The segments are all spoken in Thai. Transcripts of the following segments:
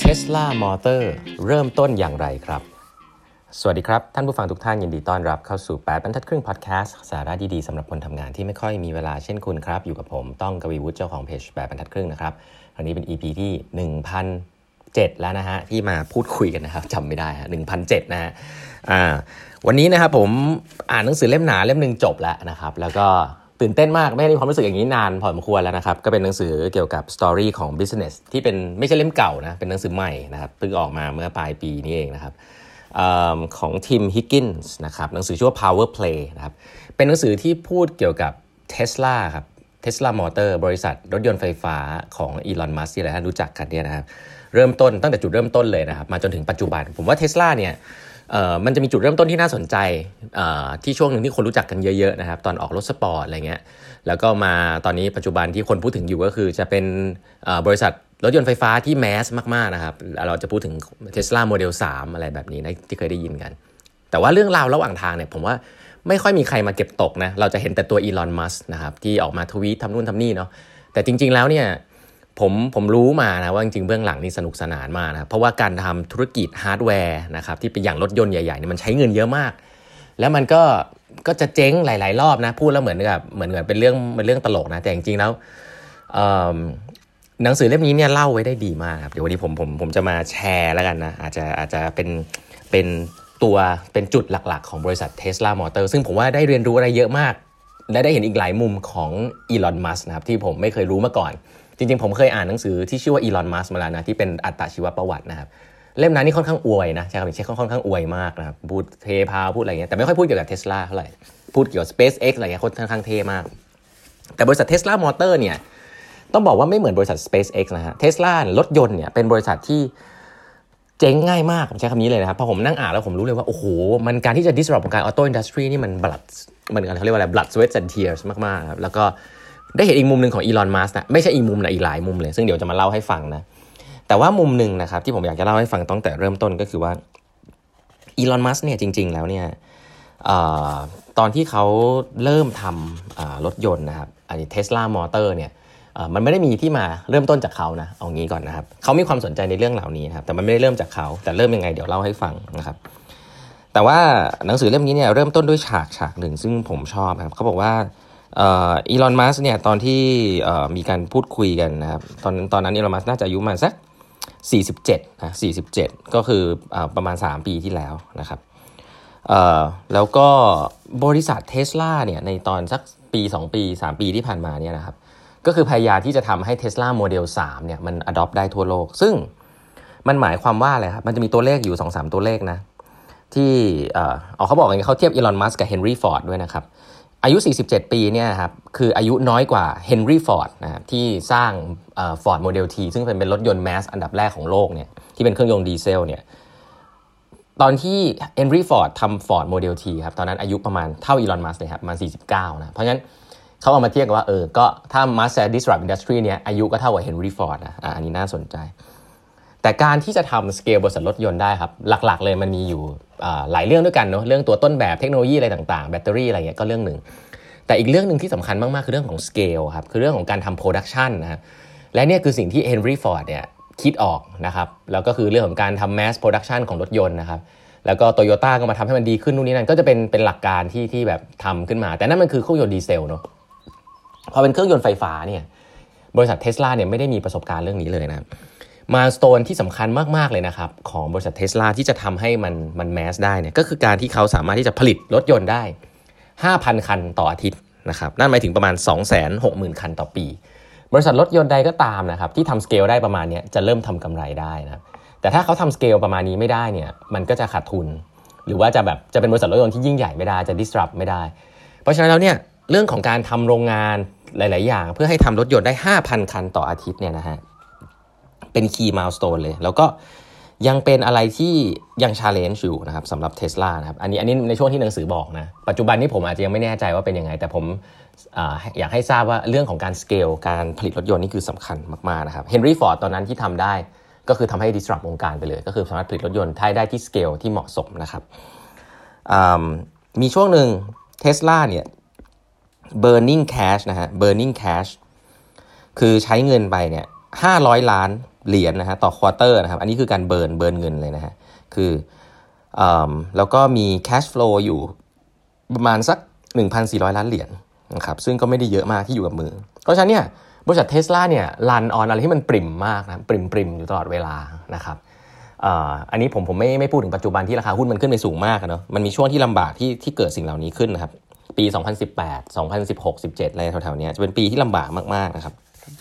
Tesla Motor เริ่มต้นอย่างไรครับสวัสดีครับท่านผู้ฟังทุกท่านยินดีต้อนรับเข้าสู่8บรรทัดครึ่งพอดแคสต์สาระดีๆสำหรับคนทำงานที่ไม่ค่อยมีเวลาเช่นคุณครับอยู่กับผมต้องกวีวุฒิเจ้าของเพจ8บรรทัดครึ่งนะครับวันนี้เป็น EP ที่ 1,007 แล้วนะฮะที่มาพูดคุยกันนะครับจำไม่ได้ฮะ 1,007 นะฮะวันนี้นะครับผมอ่านหนังสือเล่มหนาเล่มนึงจบแล้วนะครับแล้วก็ตื่นเต้นมากไม่ได้มีความรู้สึกอย่างนี้นานพอสมควรแล้วนะครับก็เป็นหนังสือเกี่ยวกับ story ของ business ที่เป็นไม่ใช่เล่มเก่านะเป็นหนังสือใหม่นะครับเพิ่งออกมาเมื่อปลายปีนี้เองนะครับของทีมฮิกกินส์นะครับหนังสือชื่อว่า Power Play นะครับเป็นหนังสือที่พูดเกี่ยวกับ Tesla ครับ Tesla Motor บริษัทรถยนต์ไฟฟ้าของอีลอนมัสก์ที่หลายท่านรู้จักกันเนี่ยนะครับเริ่มต้นตั้งแต่จุดเริ่มต้นเลยนะครับมาจนถึงปัจจุบันผมว่า Tesla เนี่ยมันจะมีจุดเริ่มต้นที่น่าสนใจที่ช่วงหนึ่งที่คนรู้จักกันเยอะๆนะครับตอนออกรถสปอร์ตอะไรเงี้ยแล้วก็มาตอนนี้ปัจจุบันที่คนพูดถึงอยู่ก็คือจะเป็นบริษัทรถยนต์ไฟฟ้าที่แมสมากๆนะครับเราจะพูดถึง Tesla Model 3 อะไรแบบนี้นะที่เคยได้ยินกันแต่ว่าเรื่องราวระหว่างทางเนี่ยผมว่าไม่ค่อยมีใครมาเก็บตกนะเราจะเห็นแต่ตัวอีลอนมัสก์นะครับที่ออกมาทวีตทำนู่นทำนี่เนาะแต่จริงๆแล้วเนี่ยผมรู้มานะว่าจริงๆเบื้องหลังนี่สนุกสนานมากนะเพราะว่าการทำธุรกิจฮาร์ดแวร์นะครับที่เป็นอย่างรถยนต์ใหญ่ๆเนี่ยมันใช้เงินเยอะมากแล้วมันก็จะเจ๊งหลายๆรอบนะพูดแล้วเหมือนเป็นเรื่องตลกนะแต่จริงๆแล้วหนังสือเล่มนี้เนี่ยเล่าไว้ได้ดีมากครับเดี๋ยววันนี้ผมจะมาแชร์แล้วกันนะอาจจะเป็นตัวเป็นจุดหลักๆของบริษัท Tesla Motor ซึ่งผมว่าได้เรียนรู้อะไรเยอะมากและได้เห็นอีกหลายมุมของอีลอนมัสก์นะครับที่ผมไม่เคยรู้มาก่อนจริงๆผมเคยอ่านหนังสือที่ชื่อว่าอีลอนมัสก์มาแล้วนะที่เป็นอัตชีวประวัตินะครับเล่มนั้นนี่ค่อนข้างอวยนะใช่ครับใช้ค่อนข้างอวยมากนะครับพูดเทพาพูดอะไรเงี้ยแต่ไม่ค่อยพูดเกี่ยวกับ Tesla เท่าไหร่พูดเกี่ยวกับ SpaceX อะไรเงี้ยค่อนข้างเท่มากแต่บริษัท Tesla Motor เนี่ยต้องบอกว่าไม่เหมือนบริษัท SpaceX นะฮะ Tesla รถยนต์เนี่ยเป็นบริษัทที่เจ๊งง่ายมากผมใช้คำนี้เลยนะครับพอผมนั่งอ่านแล้วผมรู้เลยว่าโอ้โหมันการที่จะ disrupt วงการ auto industry นี่มันเขาเรียกว่าอะไร blood sweat and tears มากๆครับแล้วก็ได้เห็นอีกมุมนึงของอีลอนมัสก์นะไม่ใช่อีกมุมนะอีกหลายมุมเลยซึ่งเดี๋ยวจะมาเล่าให้ฟังนะแต่ว่ามุมนึงนะครับที่ผมอยากจะเล่าให้ฟังตั้งแต่เริ่มต้นก็คือว่าอีลอนมัสก์เนี่ยจริงๆแล้วเนี่ยตอนที่เขาเริ่มทำรถยนต์นะครับอันนี้ Tesla Motor เนี่ยมันไม่ได้มีที่มาเริ่มต้นจากเขานะเอางี้ก่อนนะครับเขามีความสนใจในเรื่องเหล่านี้นะครับแต่มันไม่ได้เริ่มจากเขาแต่เริ่มยังไงเดี๋ยวเล่าให้ฟังนะครับแต่ว่าหนังสือเล่มนี้เนี่ยเริ่มต้นด้วยฉากหนึ่งซึ่งผมชอบครับเขาบอกว่าอีลอนมัสก์เนี่ยตอนที่มีการพูดคุยกันนะครับตอนนั้นอีลอนมัสก์น่าจะอายุประมาณสัก47นะ47ก็คือประมาณ3ปีที่แล้วนะครับแล้วก็บริษัท Tesla เนี่ยในตอนสักปี2ปี3ปีที่ผ่านมาเนี่ยนะครับก็คือพยายามที่จะทำให้ Tesla Model 3เนี่ยมัน adopt ได้ทั่วโลกซึ่งมันหมายความว่าอะไรครับมันจะมีตัวเลขอยู่ 2-3 ตัวเลขนะที่เขาบอกอย่างนี้เขาเทียบอีลอนมัสก์กับเฮนรี่ฟอร์ดด้วยนะครับอายุ47ปีเนี่ยครับคืออายุน้อยกว่าเฮนรี่ฟอร์ดนะครับที่สร้างFord Model T ซึ่งเป็นรถยนต์แมสอันดับแรกของโลกเนี่ยที่เป็นเครื่องยนต์ดีเซลเนี่ยตอนที่เฮนรี่ฟอร์ดทำ Ford Model T ครับตอนนั้นอายุประมาณเท่าอีลอนมัสก์เลยครับประมาณ49นะเพราะฉะนั้นเขาเอามาเทียบกันว่าก็ถ้ามัสก์ disrupt industry เนี่ยอายุก็เท่ากับเฮนรี่ฟอร์ดนะอันนี้น่าสนใจแต่การที่จะทำสเกลบริษัทรถยนต์ได้ครับหลักๆเลยมันมีอยู่หลายเรื่องด้วยกันเนาะเรื่องตัวต้นแบบเทคโนโลยีอะไรต่างๆแบตเตอรี่อะไรเงี้ยก็เรื่องหนึ่งแต่อีกเรื่องนึงที่สำคัญมากๆคือเรื่องของสเกลครับคือเรื่องของการทำโปรดักชันนะฮะและเนี่ยคือสิ่งที่เฮนรี่ฟอร์ดเนี่ยคิดออกนะครับแล้วก็คือเรื่องของการทำแมสโปรดักชันของรถยนต์นะครับแล้วก็โตโยต้าก็มาทำให้มันดีขึ้นนู่นนี่นั่นก็จะเป็นหลักการที่แบบทำขึ้นมาแต่นั่นมันคือเครื่องยนต์ดีเซลเนาะพอเป็นเครื่องยนต์ไฟฟ้าเนี่ยบริษัท Tesla เนี่ยไม่ได้มีประสบการณ์เรื่องนี้เลยนะมาสโตนที่สำคัญมากๆเลยนะครับของบริษัท Tesla ที่จะทำให้มันแมสได้เนี่ยก็คือการที่เขาสามารถที่จะผลิตรถยนต์ได้ 5,000 คันต่ออาทิตย์นะครับนั่นหมายถึงประมาณ 260,000 คันต่อปีบริษัทรถยนต์ใดก็ตามนะครับที่ทำสเกลได้ประมาณนี้จะเริ่มทำกำไรได้นะครับแต่ถ้าเขาทำสเกลประมาณนี้ไม่ได้เนี่ยมันก็จะขาดทุนหรือว่าจะเป็นบริษัทรถยนต์ที่ยิ่งใหญ่ไม่ได้จะ disrupt ไม่ได้เพราะฉะนั้นแล้วเนี่ยเรื่องของการทำโรงงานหลายๆอย่างเพื่อให้ทำรถยนต์ได้ 5,000 คันต่ออาทิตย์เนี่ยนะฮะเป็น key milestone เลยแล้วก็ยังเป็นอะไรที่ยัง challenge อยู่นะครับสำหรับ Tesla นะครับอันนี้ในช่วงที่หนังสือบอกนะปัจจุบันนี้ผมอาจจะยังไม่แน่ใจว่าเป็นยังไงแต่ผมอยากให้ทราบว่าเรื่องของการ scale การผลิตรถยนต์นี่คือสำคัญมากๆนะครับเฮนรี่ฟอร์ดตอนนั้นที่ทำได้ก็คือทำให้ disrupt วงการไปเลยก็คือสามารถผลิตรถยนต์ได้ที่ scale ที่เหมาะสมนะครับมีช่วงหนึ่ง Tesla เนี่ย burning cash นะฮะ burning cash คือใช้เงินไปเนี่ย500 ล้านเหรียญนะฮะต่อควอเตอร์นะครับอันนี้คือการเบิร์นเงินเลยนะฮะคือแล้วก็มี cash flow อยู่ประมาณสัก 1,400 ล้านเหรียญนะครับซึ่งก็ไม่ได้เยอะมากที่อยู่กับมือเพราะฉะนั้นเนี่ยบริษัท Tesla เนี่ยรันออนอะไรที่มันปริ่มมากนะปริ่มอยู่ตลอดเวลานะครับอันนี้ผมไม่พูดถึงปัจจุบันที่ราคาหุ้นมันขึ้นไปสูงมากเนาะมันมีช่วงที่ลำบากที่เกิดสิ่งเหล่านี้ขึ้นนะครับปี2018 2016 17อะไรแถวๆนี้จะเป็นปีที่ลำบากมากๆนะครับ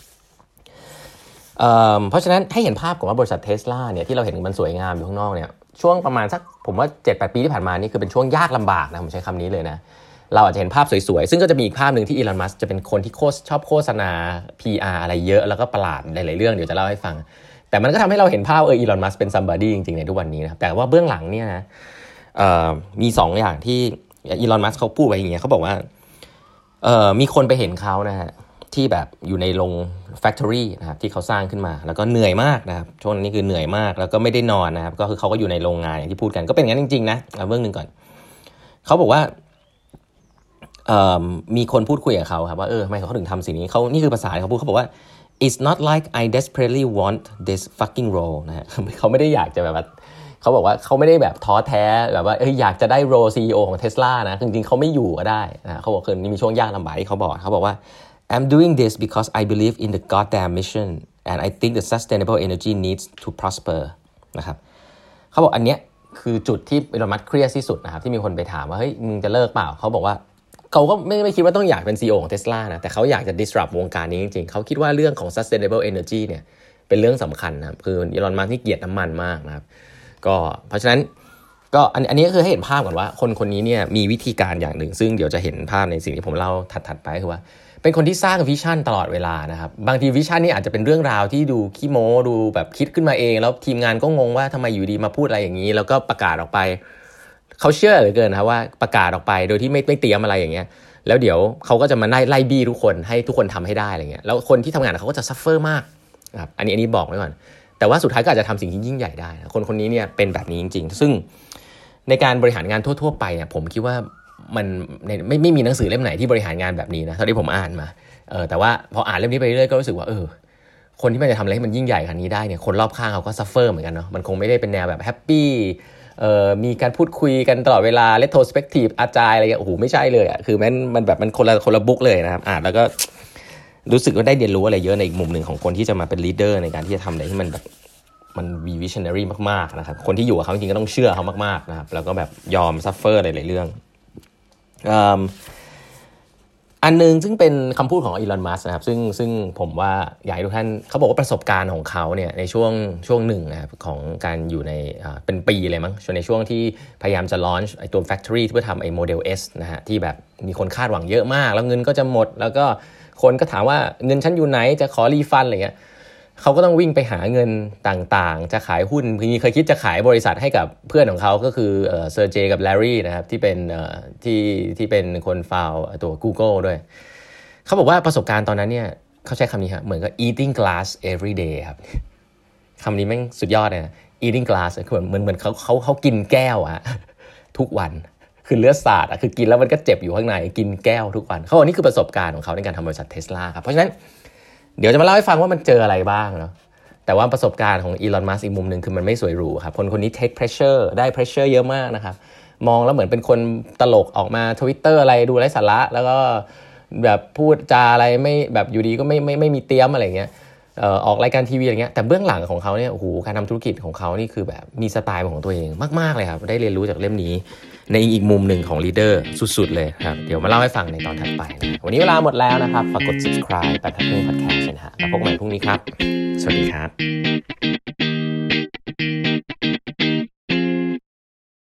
เพราะฉะนั้นให้เห็นภาพก่อนว่าบริษัท Tesla เนี่ยที่เราเห็นมันสวยงามอยู่ข้างนอกเนี่ยช่วงประมาณสักผมว่า 7-8 ปีที่ผ่านมานี่คือเป็นช่วงยากลำบากนะผมใช้คำนี้เลยนะเราอาจจะเห็นภาพสวยๆซึ่งก็จะมีอีกภาพหนึ่งที่อีลอนมัสก์จะเป็นคนที่ชอบโฆษณา PR อะไรเยอะแล้วก็ประหลาดหลายๆเรื่องเดี๋ยวจะเล่าให้ฟังแต่มันก็ทำให้เราเห็นภาพอีลอนมัสก์เป็น somebody จริงๆในทุกวันนี้นะครับแต่ว่าเบื้องหลังเนี่ยนะมี2อย่างที่อีลอนมัสก์เขาพูดไว้อย่างเงี้ยเขาบอกว่ามีคนไปเห็นเขานะฮะที่แบบอยู่ในโรง factory นะครับที่เขาสร้างขึ้นมาแล้วก็เหนื่อยมากนะครับช่วงนี้คือเหนื่อยมากแล้วก็ไม่ได้นอนนะครับก็คือเขาก็อยู่ในโรงงานอย่างที่พูดกันก็เป็นอย่างนั้นจริงๆนะเรื่องนึงก่อนเขาบอกว่ามีคนพูดคุยกับเขาครับว่าทำไมเขาถึงทำสิ่งนี้เขานี่คือภาษาเขาพูดเขาบอกว่า it's not like I desperately want this fucking role นะฮะเขาไม่ได้อยากจะแบบว่าเขาบอกว่าเขาไม่ได้แบบท้อแท้แบบว่าอยากจะได้โร CEO ของ Tesla นะจริงๆเขาไม่อยู่ก็ได้นะเขาบอกคือนี่มีช่วงยากลำบากที่เขาบอกว่าI'm doing this because I believe in the goddamn mission and I think the sustainable energy needs to prosper นะครับเขาบอกอันเนี้ยคือจุดที่อีลอนมัสก์เครียดที่สุดนะครับที่มีคนไปถามว่าเฮ้ยมึงจะเลิกเปล่าเขาบอกว่าเขาก็ไม่คิดว่าต้องอยากเป็น CEO ของ Tesla นะแต่เขาอยากจะ disrupt วงการนี้จริงๆเขาคิดว่าเรื่องของ sustainable energy เนี่ยเป็นเรื่องสำคัญนะครับคืออีลอนมัสก์นี่เกลียดน้ำมันมากนะครับก็เพราะฉะนั้นก็อันนี้ก็คือให้เห็นภาพก่อนว่าคนนี้เนี่ยมีวิธีการอย่างหนึ่งซึ่งเดี๋ยวจะเห็นภาพในสิ่งที่ผมเล่าถัดไปคือว่าเป็นคนที่สร้างวิชั่นตลอดเวลานะครับบางทีวิชั่นนี่อาจจะเป็นเรื่องราวที่ดูขี้โม้ดูแบบคิดขึ้นมาเองแล้วทีมงานก็งงว่าทำไมอยู่ดีมาพูดอะไรอย่างนี้แล้วก็ประกาศออกไปเขาเชื่อเหลือเกินนะครับว่าประกาศออกไปโดยที่ไม่เตรียมอะไรอย่างเงี้ยแล้วเดี๋ยวเขาก็จะมาไล่บี้ทุกคนให้ทุกคนทำให้ได้อะไรเงี้ยแล้วคนที่ทำงานเขาก็จะซัฟเฟอร์มากนะครับอันนี้บอกไว้ก่อนแต่ว่าสุดท้ายก็อาจจะทำสิ่งที่ยิ่งใหญ่ได้คนนี้เนี่ยเป็นแบบนี้จริงๆซึ่งในการบริหารงานทั่วๆไปเนี่ยผมคิดว่ามันไม่มีหนังสือเล่มไหนที่บริหารงานแบบนี้นะเท่าที่ผมอ่านมาแต่ว่าพออ่านเล่มนี้ไปเรื่อยๆก็รู้สึกว่าคนที่มันจะทำอะไรให้มันยิ่งใหญ่ขนาดนี้ได้เนี่ยคนรอบข้างเขาก็ซัฟเฟอร์เหมือนกันเนาะมันคงไม่ได้เป็นแนวแบบแฮปปี้มีการพูดคุยกันตลอดเวลา retrospective อาจารย์อะไรอย่างเงี้ยโอ้โหไม่ใช่เลยอ่ะคือมันแบบมันคนละบุ๊กเลยนะครับอ่านแล้วก็รู้สึกว่าได้เรียนรู้อะไรเยอะในอีกมุมหนึ่งของคนที่จะมาเป็นลีดเดอร์ในการที่จะทำอะไรที่มันแบบมันมี visionary มากๆนะครับคนที่อยู่กับเขาจริงๆก็ต้องเชื่อเขามากๆนะครับแล้วก็แบบยอมซัฟเฟอร์หลายๆเรื่องอันนึงซึ่งเป็นคำพูดของอีลอนมัสก์นะครับซึ่งผมว่าอยากให้ทุกท่านเขาบอกว่าประสบการณ์ของเขาเนี่ยในช่วงหนึ่งนะครับของการอยู่ในเป็นปีเลยมั้งในช่วงที่พยายามจะ launch ไอ้ตัว factory เพื่อทำไอ้ Model S นะฮะที่แบบมีคนคาดหวังเยอะมากแล้วเงินก็จะหมดแล้วก็คนก็ถามว่าเงินฉันอยู่ไหนจะขอรีฟันอะไรเงี้ยเขาก็ต้องวิ่งไปหาเงินต่างๆจะขายหุ้นเคยคิดจะขายบริษัทให้กับเพื่อนของเขาก็คือเซอร์เจกับแลรี่นะครับที่เป็นที่เป็นคนฟาวตัว Google ด้วยเขาบอกว่าประสบการณ์ตอนนั้นเนี่ยเขาใช้คำนี้ครับเหมือนกับ eating glass every day ครับคำนี้แม่งสุดยอดเลยนะ eating glass คือเหมือนเขากินแก้วอะทุกวันคือเลือดสาดอะคือกินแล้วมันก็เจ็บอยู่ข้างในกินแก้วทุกวันเขาบอกนี่คือประสบการณ์ของเขาในการทำบริษัท Tesla ครับเพราะฉะนั้นเดี๋ยวจะมาเล่าให้ฟังว่ามันเจออะไรบ้างเนาะแต่ว่าประสบการณ์ของอีลอนมัสก์อีกมุมนึงคือมันไม่สวยหรูครับคนนี้ take pressure ได้ pressure เยอะมากนะครับมองแล้วเหมือนเป็นคนตลกออกมา Twitter อะไรดูไร้สาระแล้วก็แบบพูดจาอะไรไม่แบบอยู่ดีก็ไม่มีเตรียมอะไรเงี้ยออกรายการทีวีอะไรเงี้ยแต่เบื้องหลังของเขาเนี่ยโอ้โหการทำธุรกิจของเขานี่คือแบบมีสไตล์ของตัวเองมากๆเลยครับได้เรียนรู้จากเล่มนี้ในอีกมุมหนึ่งของลีดเดอร์สุดๆเลยครับเดี๋ยวมาเล่าให้ฟังในตอนถัดไปนะวันนี้เวลาหมดแล้วนะครับฝากกด subscribe 8 ทับครึ่ง podcast นะฮะแล้วพบกันใหม่พรุ่งนี้ครับสวัสดีครับ